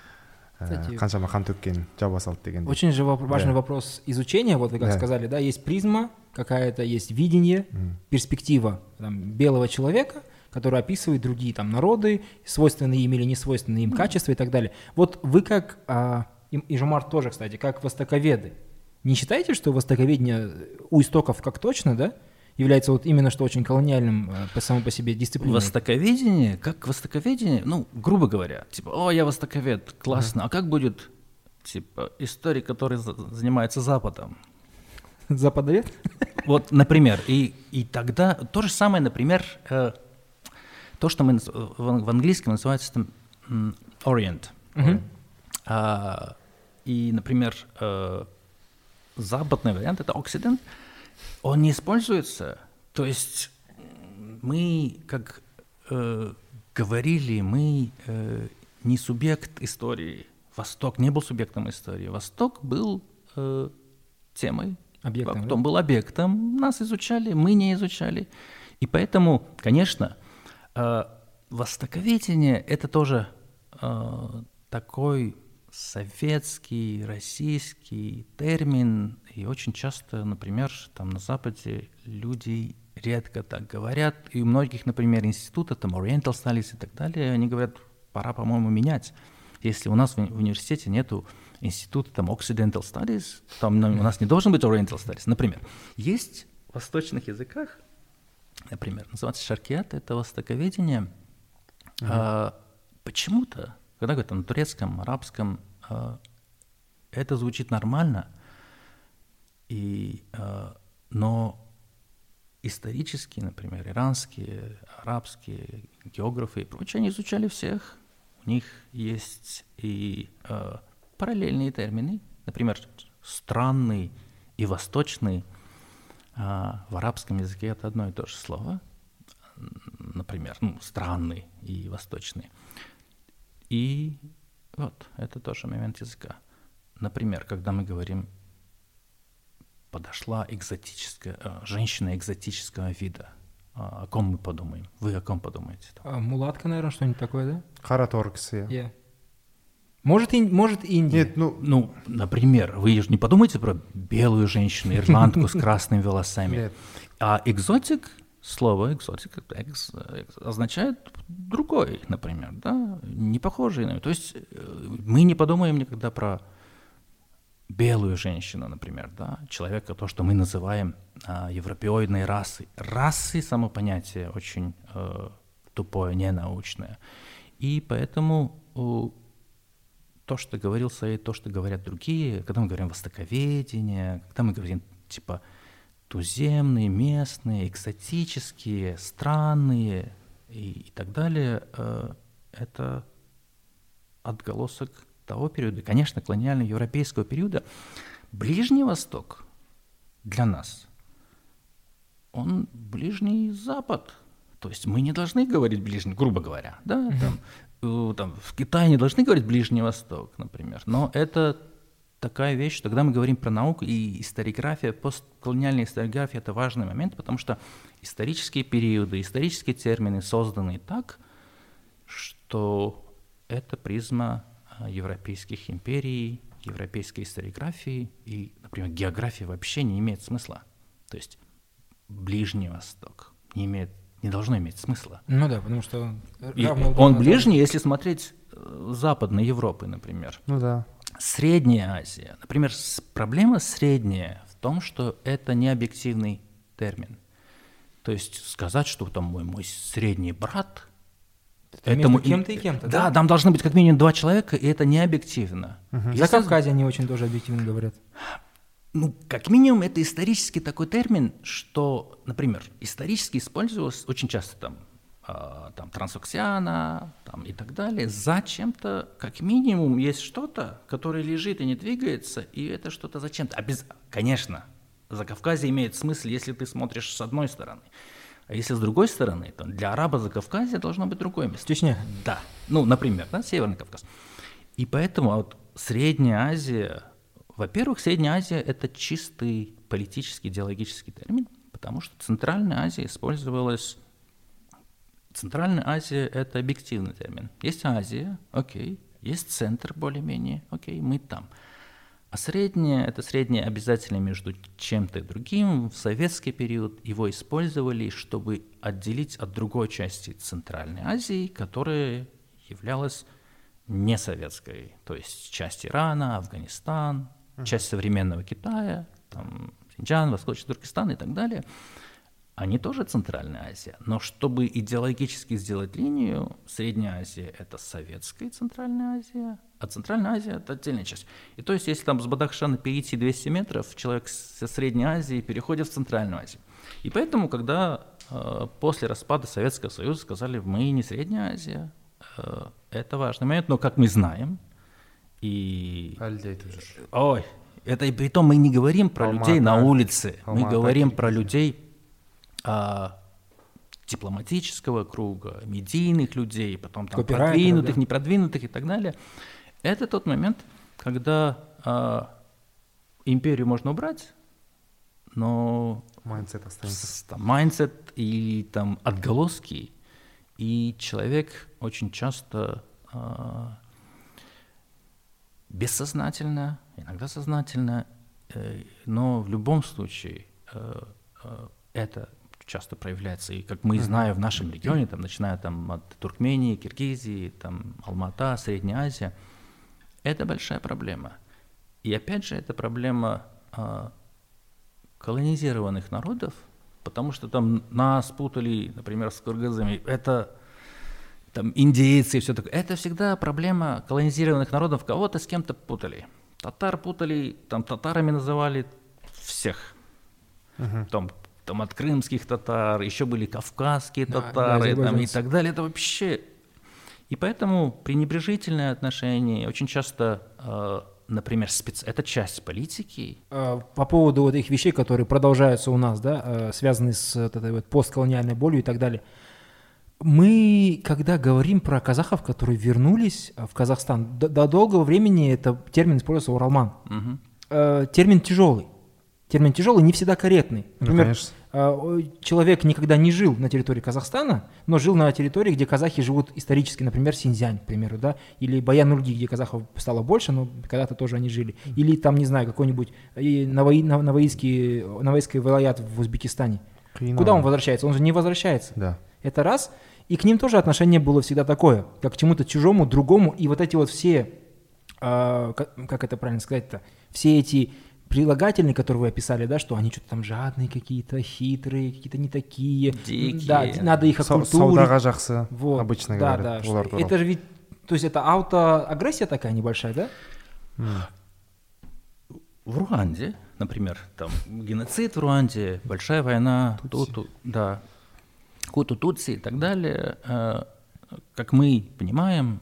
қаншама қан төккен жаба салды деген. Очень же важный вопрос изучения, вот вы как сказали, да, есть призма, какая-то есть видение, перспектива там, белого человека, который описывает другие там народы, свойственные им или не свойственные им качества и так далее. Вот вы как, а, и, и Жомарт тоже, кстати, как востоковеды, не считаете, что востоковедение у истоков как точно, да, является вот именно что очень колониальным по само по себе дисциплиной? Востоковедение, как востоковедение, ну, грубо говоря, типа, о, я востоковед, классно, mm-hmm. а как будет, типа, историк, который занимается Западом? Западовед? Вот, например, и, и тогда то же самое, например, э, то, что мы в, в английском называется там Orient. Mm-hmm. А, и, например, э, западный вариант — это Occident. Он не используется. То есть мы, как э, говорили, мы э, не субъект истории. Восток не был субъектом истории. Восток был э, темой. Объектом, потом да? был объектом. Нас изучали, мы не изучали. И поэтому, конечно, э, востоковедение — это тоже э, такой советский, российский термин, и очень часто, например, там на Западе люди редко так говорят, и у многих, например, институтов, там Oriental Studies и так далее, они говорят, пора, по-моему, менять. Если у нас в, в университете нету института там Occidental Studies, там у нас не должен быть Oriental Studies. Например, есть в восточных языках, например, называется шаркият, это востоковедение, mm-hmm. а, почему-то, когда говорят на турецком, арабском, э, это звучит нормально, и, э, но исторически, например, иранские, арабские географы и прочее, они изучали всех. У них есть и э, параллельные термины, например, странный и восточный. Э, в арабском языке это одно и то же слово, например, ну, странный и восточный. И вот, это тоже момент языка. Например, когда мы говорим, подошла экзотическая, э, женщина экзотического вида, о ком мы подумаем? Вы о ком подумаете? А, мулатка, наверное, что-нибудь такое, да? Караторкс, я. Yeah. Может, ин, может, Индия. Нет, ну... Ну, например, вы же не подумайте про белую женщину, ирландку с красными волосами. Нет. А экзотик, слово экзотик экс, экс, означает другой, например, да, не похожий на. То есть мы не подумаем никогда про белую женщину, например, да, человека, то, что мы называем а, европеоидной расой. Расы, само понятие очень э, тупое, ненаучное. И поэтому э, то, что говорил Саид, то, что говорят другие, когда мы говорим востоковедение, когда мы говорим типа туземные, местные, экзотические, странные и, и так далее, э, это отголосок того периода, конечно, колониального европейского периода. Ближний Восток для нас, он Ближний Запад. То есть мы не должны говорить Ближний, грубо говоря, да, там, э, там, в Китае не должны говорить Ближний Восток, например, но это такая вещь, когда мы говорим про науку и историография, постколониальная историография — это важный момент, потому что исторические периоды, исторические термины созданы так, что это призма европейских империй, европейской историографии, и, например, география вообще не имеет смысла. То есть Ближний Восток не имеет, не должно иметь смысла. Ну да, потому что... Равно, он ближний, если смотреть Западной Европы, например. Ну да. Средняя Азия. Например, проблема средняя в том, что это не объективный термин. То есть сказать, что там мой, мой средний брат... Это этому, между кем-то и кем-то, да? Да, там должны быть как минимум два человека, и это не объективно. Угу. За Кавказе они очень тоже объективно говорят. Ну, как минимум, это исторический такой термин, что, например, исторически использовался очень часто там, э, там трансокеана там, и так далее. Зачем-то, как минимум, есть что-то, которое лежит и не двигается, и это что-то зачем-то. А без... Конечно, Закавказье имеет смысл, если ты смотришь с одной стороны. А если с другой стороны, то для араба Закавказье должно быть другое место. Чечня. Да. Ну, например, да, Северный Кавказ. И поэтому вот Средняя Азия, во-первых, Средняя Азия – это чистый политический, идеологический термин, потому что Центральная Азия использовалась... Центральная Азия – это объективный термин. Есть Азия, окей, есть центр более-менее, окей, мы там. А среднее – это среднее обязательно между чем-то и другим. В советский период его использовали, чтобы отделить от другой части Центральной Азии, которая являлась несоветской, то есть часть Ирана, Афганистан, uh-huh. часть современного Китая, там, Синьцзян, Восточный Туркестан и так далее. Они тоже Центральная Азия. Но чтобы идеологически сделать линию, Средняя Азия – это советская Центральная Азия, а Центральная Азия – это отдельная часть. И то есть, если там с Бадахшана перейти двести метров, человек со Средней Азии переходит в Центральную Азию. И поэтому, когда э, после распада Советского Союза сказали, мы не Средняя Азия, э, это важный момент, но как мы знаем, и… Ой, это и при том мы не говорим про Алмата, людей на улице, Алмата, мы говорим про людей… А, дипломатического круга, медийных людей, потом там продвинутых, да? непродвинутых и так далее. Это тот момент, когда а, империю можно убрать, но майндсет останется. Там, майндсет и там отголоски, и человек очень часто а, бессознательно, иногда сознательно, э, но в любом случае э, э, это часто проявляется, и как мы uh-huh. знаем в нашем регионе, там, начиная там, от Туркмении, Киргизии, там, Алмата, Средняя Азия, это большая проблема. И опять же, это проблема а, колонизированных народов, потому что там нас путали, например, с кыргызами, это там, индейцы и все такое. Это всегда проблема колонизированных народов, кого-то с кем-то путали. Татар путали, там татарами называли всех. Uh-huh. Там, Там от крымских татар, еще были кавказские да, татары да, там, и так далее. Это вообще… И поэтому пренебрежительное отношение очень часто, э, например, спец... это часть политики. По поводу вот этих вещей, которые продолжаются у нас, да, связанные с вот этой вот постколониальной болью и так далее. Мы, когда говорим про казахов, которые вернулись в Казахстан, до, до долгого времени это термин использовался уралман. Угу. Э, термин тяжелый. Термин тяжелый, не всегда корректный. Например, ну, человек никогда не жил на территории Казахстана, но жил на территории, где казахи живут исторически, например, Синьцзянь, к примеру, да, или Баян-Нурги, где казахов стало больше, но когда-то тоже они жили. Или там, не знаю, какой-нибудь Наваи, Наваийский, Наваийский вилаят в Узбекистане. Клинова. Куда он возвращается? Он же не возвращается. Да. Это раз. И к ним тоже отношение было всегда такое, как к чему-то чужому, другому. И вот эти вот все, э, как, как это правильно сказать-то, все эти прилагательные, которые вы описали, да, что они что-то там жадные какие-то, хитрые, какие-то не такие. Дикие. Да, надо их оккультурить. Саудага жақсы, вот. Обычно да, говорят. Да, что, это же ведь, то есть это аутоагрессия такая небольшая, да? Mm. В Руанде, например, там геноцид в Руанде, большая война, туту, да, хуту-тутси и так далее. Как мы понимаем,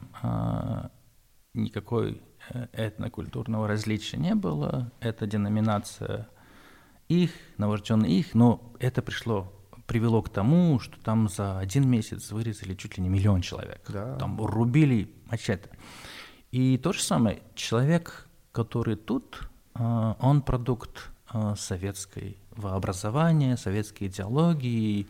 никакой этнокультурного различия не было. Это деноминация их, навожденная их, но это пришло, привело к тому, что там за один месяц вырезали чуть ли не миллион человек. Да. Там рубили мачете. И то же самое, человек, который тут, он продукт советского образования, советской идеологии,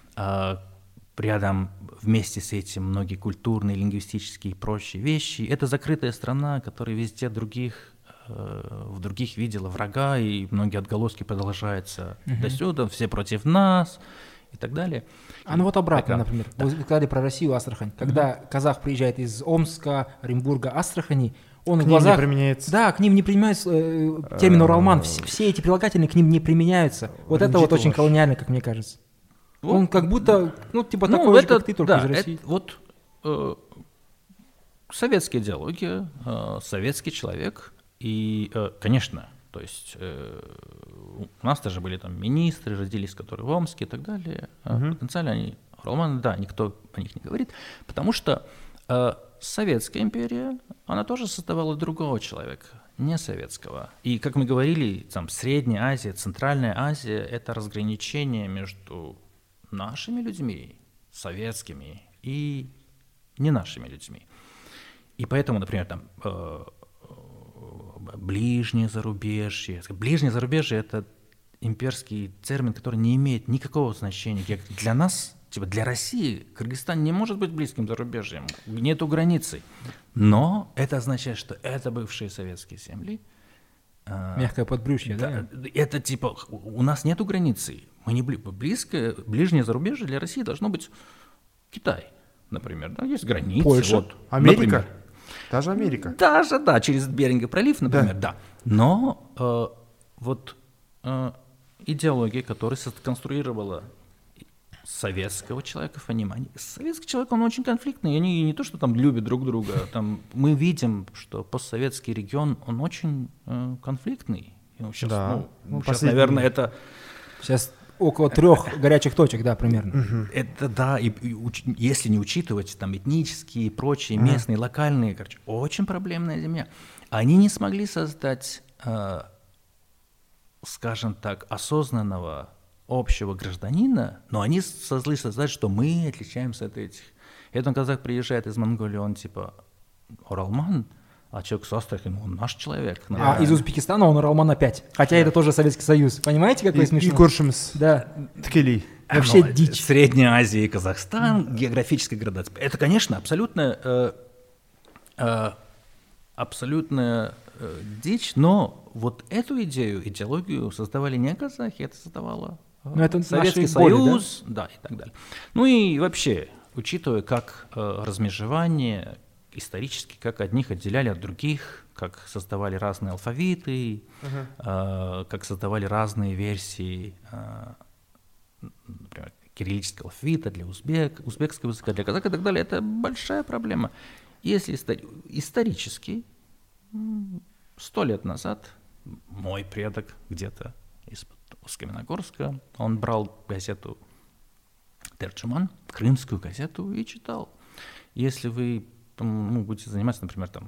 рядом вместе с этим многие культурные, лингвистические и прочие вещи. Это закрытая страна, которая везде других, э, в других видела врага, и многие отголоски продолжаются uh-huh. до сюда, все против нас и так далее. А ну вот обратно, так, например, да. Вы сказали про Россию, Астрахань. Когда uh-huh. казах приезжает из Омска, Оренбурга, Астрахани, он к в глазах… ним не применяется. Да, к ним не применяется э, термин уралман. Все, все эти прилагательные к ним не применяются. Вот это вот очень колониально, как мне кажется. Вот. Он как будто, ну, типа ну, такой это, же, как ты, только да, из России. Это, вот э, советская идеология, э, советский человек, и, э, конечно, то есть э, у нас тоже были там министры, родились, которые в Омске и так далее. Uh-huh. Потенциально они уралманы, да, никто о них не говорит, потому что э, Советская империя, она тоже создавала другого человека. не советского. И, как мы говорили, там, Средняя Азия, Центральная Азия – это разграничение между нашими людьми, советскими, и не нашими людьми. И поэтому, например, там, э, ближнее зарубежье. Ближнее зарубежье – это имперский термин, который не имеет никакого значения. Для нас, типа для России, Кыргызстан не может быть близким зарубежьем, нету границы. Но это означает, что это бывшие советские земли. Мягкое подбрюшье, да? да? Это типа у нас нету границы. Мы не бли... близкое, ближнее зарубежье для России должно быть Китай, например. Да? Есть границы. Польша, вот, Америка. Например. Даже Америка. Даже, да, через Берингов пролив, например, да. да. Но э, вот э, идеология, которая сконструировала советского человека в понимании. Советский человек, он очень конфликтный, и они не то, что там любят друг друга, там мы видим, что постсоветский регион, он очень э, конфликтный. И сейчас, да. ну, ну, сейчас последний... наверное, это... Сейчас около трех горячих точек, да, примерно. Это да, и, и уч, если не учитывать там этнические и прочие, местные, локальные, короче, очень проблемная земля. Они не смогли создать, э, скажем так, осознанного общего гражданина, но они смогли создать, что мы отличаемся от этих. Этот казах приезжает из Монголии, он типа оралман, а человек с Астрахани, он наш человек. А из Узбекистана он оралман опять, хотя да. это тоже Советский Союз. Понимаете, какой смешной? И көршіміз. Да. Ткелей. Вообще ну, дичь. Средняя Азия и Казахстан, географическая градация. Это, конечно, абсолютно, э, э, абсолютная э, дичь, но вот эту идею, идеологию создавали не казахи, это создавало э, это Советский Союз, боли, да? да, и так далее. Ну и вообще, учитывая, как э, размежевание исторически, как одних отделяли от других, как создавали разные алфавиты, uh-huh. э, как создавали разные версии, э, например, кириллического алфавита для узбек, узбекского языка для казаха и так далее, это большая проблема. Если истори- исторически, сто лет назад мой предок где-то из Усть-Каменогорска, он брал газету «Терчуман», крымскую газету, и читал. Если вы ну, будете заниматься, например, там,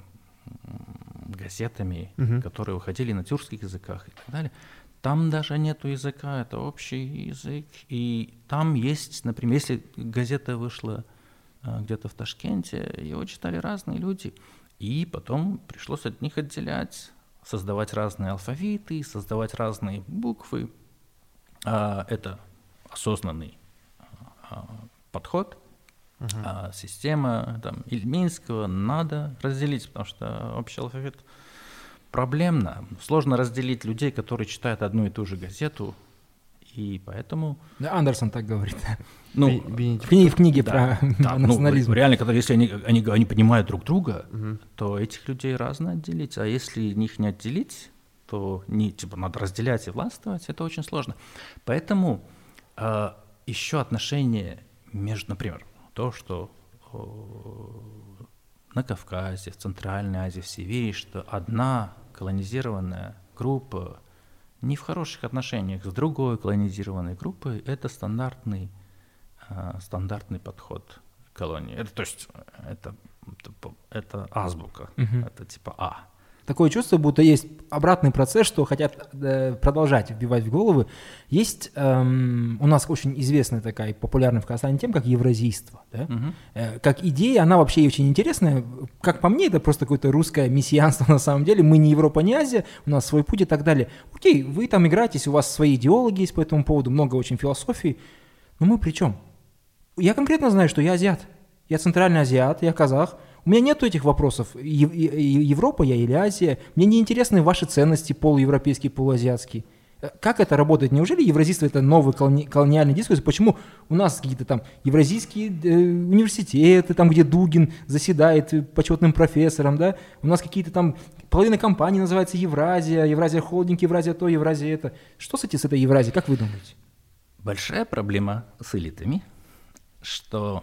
газетами, uh-huh. которые выходили на тюркских языках и так далее, там даже нету языка, это общий язык. И там есть, например, если газета вышла а, где-то в Ташкенте, его читали разные люди, и потом пришлось от них отделять, создавать разные алфавиты, создавать разные буквы. А, это осознанный а, подход. Uh-huh. А система там, Ильминского надо разделить, потому что общий алфавит проблемно. Сложно разделить людей, которые читают одну и ту же газету, и поэтому... Андерсон так говорит. Ну, в, книге, в книге да, про да, национализм. Ну, реально, которые, если они, они, они понимают друг друга, uh-huh. то этих людей разно отделить. А если их не отделить, то не, типа, надо разделять и властвовать, это очень сложно. Поэтому э, еще отношения между, например, то, что о, на Кавказе, в Центральной Азии, в Сибири, что одна колонизированная группа не в хороших отношениях с другой колонизированной группой, это стандартный, э, стандартный подход к колонии. Это, то есть это, это, это азбука, uh-huh. это типа А. Такое чувство, будто есть обратный процесс, что хотят э, продолжать вбивать в головы. Есть эм, у нас очень известная такая популярная в Казахстане тема, как евразийство. Да? Uh-huh. Э, как идея, она вообще очень интересная. Как по мне, это просто какое-то русское мессианство на самом деле. Мы не Европа, не Азия, у нас свой путь и так далее. Окей, вы там играетесь, у вас свои идеологии есть по этому поводу, много очень философии. Но мы при чем? Я конкретно знаю, что я азиат. Я центральный азиат, я казах. У меня нет этих вопросов, Европа я или Азия. Мне не интересны ваши ценности полуевропейские, полуазиатские. Как это работает? Неужели евразийство – это новый колони- колониальный дискурс? Почему у нас какие-то там евразийские э, университеты, там, где Дугин заседает почетным профессором, да? У нас какие-то там, половина компаний называется Евразия, Евразия холдинг, Евразия то, Евразия это. Что с, эти, с этой Евразией, как вы думаете? Большая проблема с элитами, что...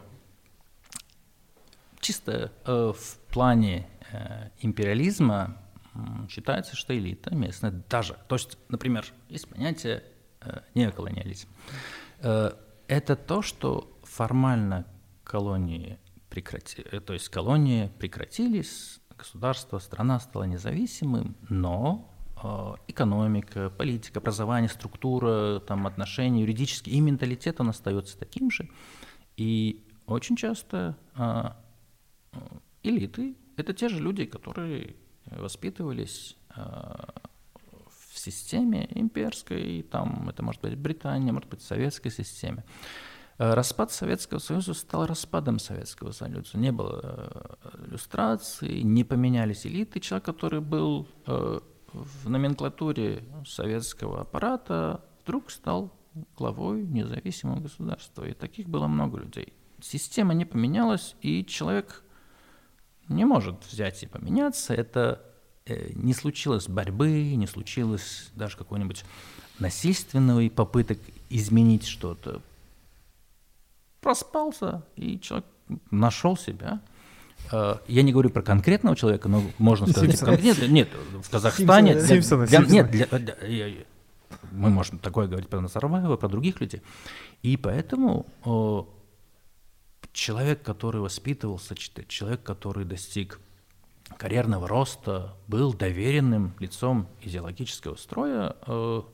Чисто э, в плане э, империализма э, считается, что элита местная даже, то есть, например, есть понятие э, неоколониализм. Э, это то, что формально колонии прекрати, э, то есть колонии прекратились, государство, страна стала независимым, но э, экономика, политика, образование, структура, там, отношения, юридический и менталитет, он остается таким же. И очень часто э, элиты – это те же люди, которые воспитывались э, в системе имперской, там, это может быть Британия, может быть, советской системе. Распад Советского Союза стал распадом Советского Союза. Не было люстрации, не поменялись элиты. Человек, который был э, в номенклатуре советского аппарата, вдруг стал главой независимого государства. И таких было много людей. Система не поменялась, и человек не может взять и поменяться. Это э, не случилось борьбы, не случилось даже какой-нибудь насильственной попыток изменить что-то. Проспался, и человек нашел себя. Я не говорю про конкретного человека, но можно сказать... Нет, нет, в Казахстане... Симпсона, для, Симпсона. Нет, для, для, мы можем такое говорить про Назарбаева, про других людей. И поэтому о, человек, который воспитывался, человек, который достиг карьерного роста, был доверенным лицом идеологического строя, о,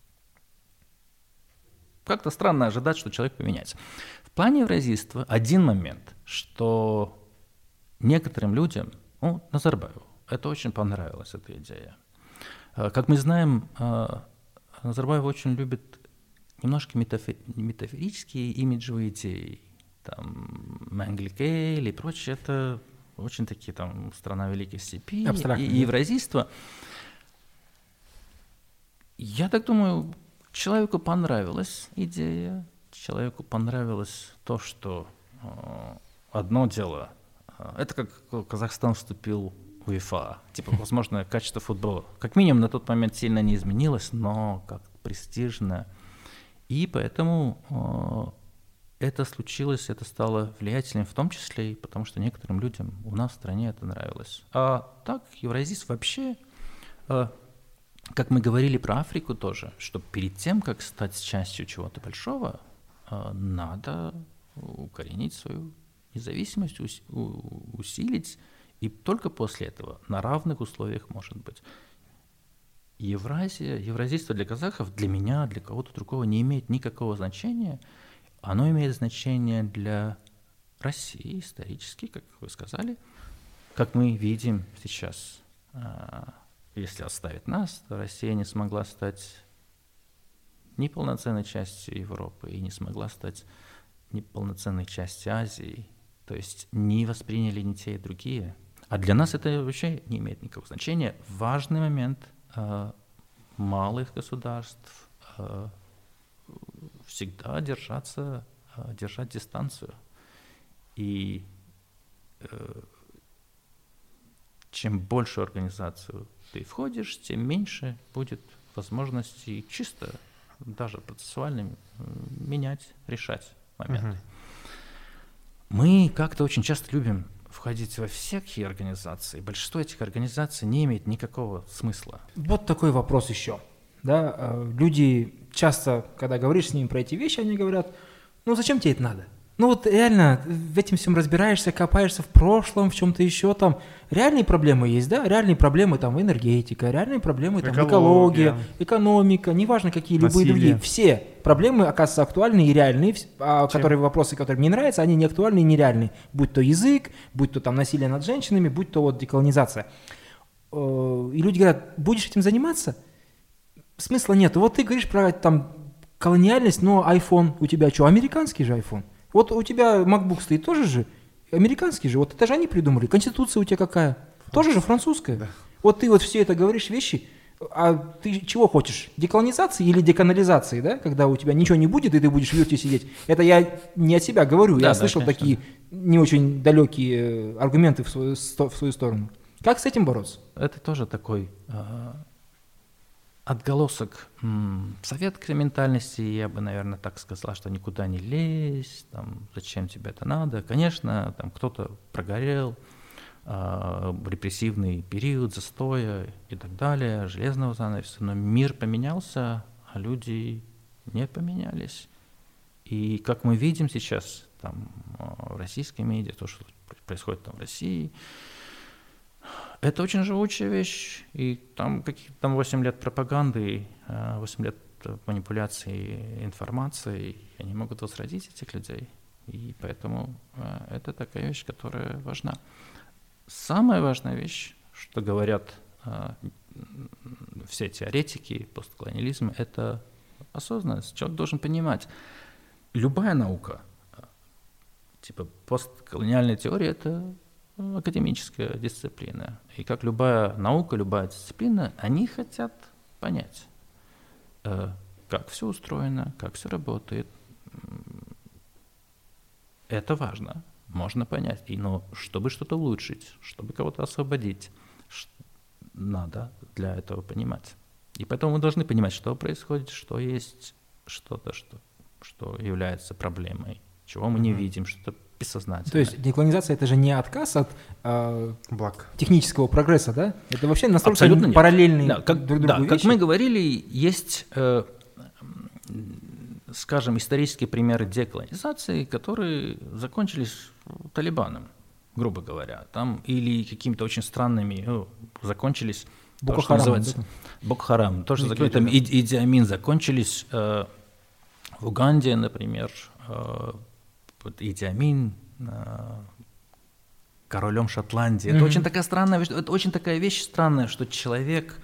как-то странно ожидать, что человек поменяется. В плане евразийства один момент, что некоторым людям, ну, Назарбаеву, это очень понравилась эта идея. Как мы знаем, Назарбаев очень любит немножко метафорические имиджевые идеи. Там Менгли-Кейл и прочее, это очень такие там страна великих степей и евразийство. Я так думаю, человеку понравилась идея, человеку понравилось то, что э, одно дело, э, это как Казахстан вступил в УЕФА, типа, возможно, качество футбола, как минимум на тот момент сильно не изменилось, но как престижно, и поэтому э, это случилось, это стало влиятельным в том числе, и потому что некоторым людям у нас в стране это нравилось. А так, евразийство вообще... Э, Как мы говорили про Африку тоже, что перед тем, как стать частью чего-то большого, надо укоренить свою независимость, усилить, и только после этого на равных условиях может быть. Евразия, евразийство для казахов, для меня, для кого-то другого не имеет никакого значения. Оно имеет значение для России исторически, как вы сказали, как мы видим сейчас. Если оставить нас, то Россия не смогла стать неполноценной частью Европы и не смогла стать неполноценной частью Азии. То есть не восприняли ни те, и другие. А для нас это вообще не имеет никакого значения. Важный момент э, малых государств э, всегда держаться, э, держать дистанцию. И э, чем больше организацию ты входишь, тем меньше будет возможностей чисто, даже процессуально менять, решать моменты. Uh-huh. Мы как-то очень часто любим входить во всякие организации. Большинство этих организаций не имеет никакого смысла. Вот такой вопрос еще. Да? Люди часто, когда говоришь с ними про эти вещи, они говорят, ну зачем тебе это надо? Ну вот реально в этом всем разбираешься, копаешься в прошлом, в чем-то еще там. Реальные проблемы есть, да? Реальные проблемы там энергетика, реальные проблемы там экология, экономика, неважно какие, любые другие. Все проблемы, оказывается, актуальны и реальные, а которые вопросы, которые мне нравятся, они не актуальны и нереальны. Будь то язык, будь то там насилие над женщинами, будь то вот деколонизация. И люди говорят, будешь этим заниматься? Смысла нет. Вот ты говоришь про там колониальность, но iPhone у тебя что, американский же iPhone? Вот у тебя MacBook стоит тоже же, американский же, вот это же они придумали. Конституция у тебя какая? Тоже же французская. Да. Вот ты вот все это говоришь вещи, а ты чего хочешь? Деколонизации или деканализации, да? Когда у тебя ничего не будет, и ты будешь в юрте сидеть. Это я не от себя говорю, да, я да, слышал конечно. Такие не очень далекие аргументы в свою, в свою сторону. Как с этим бороться? Это тоже такой... отголосок м, советской ментальности, я бы, наверное, так сказал, что никуда не лезь, там, зачем тебе это надо. Конечно, там кто-то прогорел, э, репрессивный период застоя и так далее, железного занавеса, но мир поменялся, а люди не поменялись. И как мы видим сейчас там, в российской медиа, то, что происходит там в России, Это очень живучая вещь, и там какие-то там восемь лет пропаганды, восемь лет манипуляции информацией, они могут возродить этих людей, и поэтому это такая вещь, которая важна. Самая важная вещь, что говорят все теоретики постколониализма, это осознанность. Человек должен понимать, любая наука, типа постколониальная теория, это академическая дисциплина. И как любая наука, любая дисциплина, они хотят понять, как все устроено, как все работает. Это важно, можно понять. И, но чтобы что-то улучшить, чтобы кого-то освободить, надо для этого понимать. И поэтому мы должны понимать, что происходит, что есть что-то, что, что является проблемой, чего мы не видим, что-то бессознательное. То есть деколонизация — это же не отказ от э, благ технического прогресса, да? Это вообще настолько абсолютно параллельные да, как, друг другу да, вещи. Как мы говорили, есть, э, скажем, исторические примеры деколонизации, которые закончились Талибаном, грубо говоря, там, или какими-то очень странными, ну, закончились, Боко то, что Харам, называется, Боко Харам, тоже Ну, закончились, там, Иди Иди Амин закончились, э, в Уганде, например, э, Иди Амин э, королем Шотландии. Mm-hmm. Это очень такая странная вещь, это очень такая вещь странная, что человек,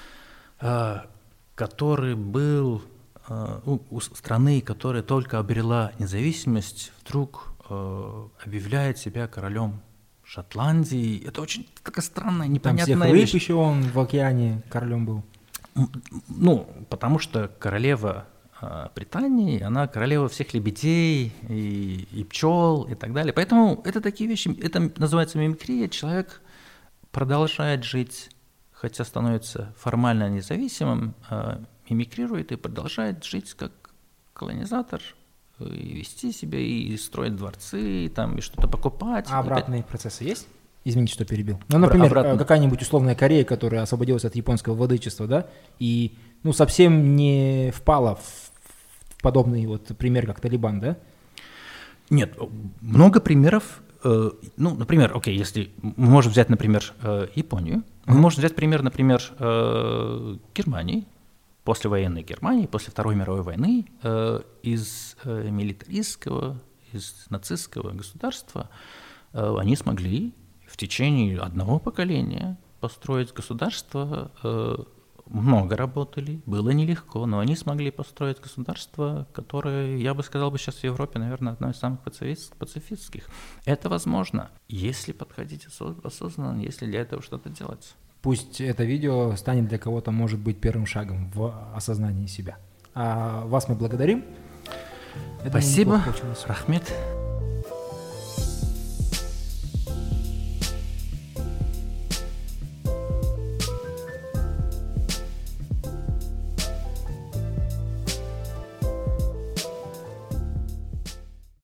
э, который был э, у, у страны, которая только обрела независимость, вдруг э, объявляет себя королем Шотландии. Это очень такая странная, непонятная Там всех вещь. рыб еще он в океане королем был. Ну, потому что королева э, Британии, она королева всех лебедей и, и пчел и так далее. Поэтому это такие вещи, это называется мимикрия. Человек продолжает жить, хотя становится формально независимым, э, мимикрирует и продолжает жить как колонизатор, и вести себя, и строить дворцы, и, там, и что-то покупать. А обратные опять... процессы есть? Извините, что перебил. Ну, например, Обратно. какая-нибудь условная Корея, которая освободилась от японского владычества, да, и ну, совсем не впала в, в подобный вот пример, как Талибан, да? Нет, много примеров. Э, ну, например, окей, если мы можем взять, например, э, Японию, мы mm-hmm. можем взять пример, например, э, Германии, послевоенной Германии, после Второй мировой войны, э, из э, милитаристского, из нацистского государства э, они смогли в течение одного поколения построить государство, э, много работали, было нелегко, но они смогли построить государство, которое, я бы сказал, бы сейчас в Европе, наверное, одно из самых пацифистских. Это возможно, если подходить осознанно, если для этого что-то делать. Пусть это видео станет для кого-то, может быть, первым шагом в осознании себя. А вас мы благодарим. Спасибо, Рахмет.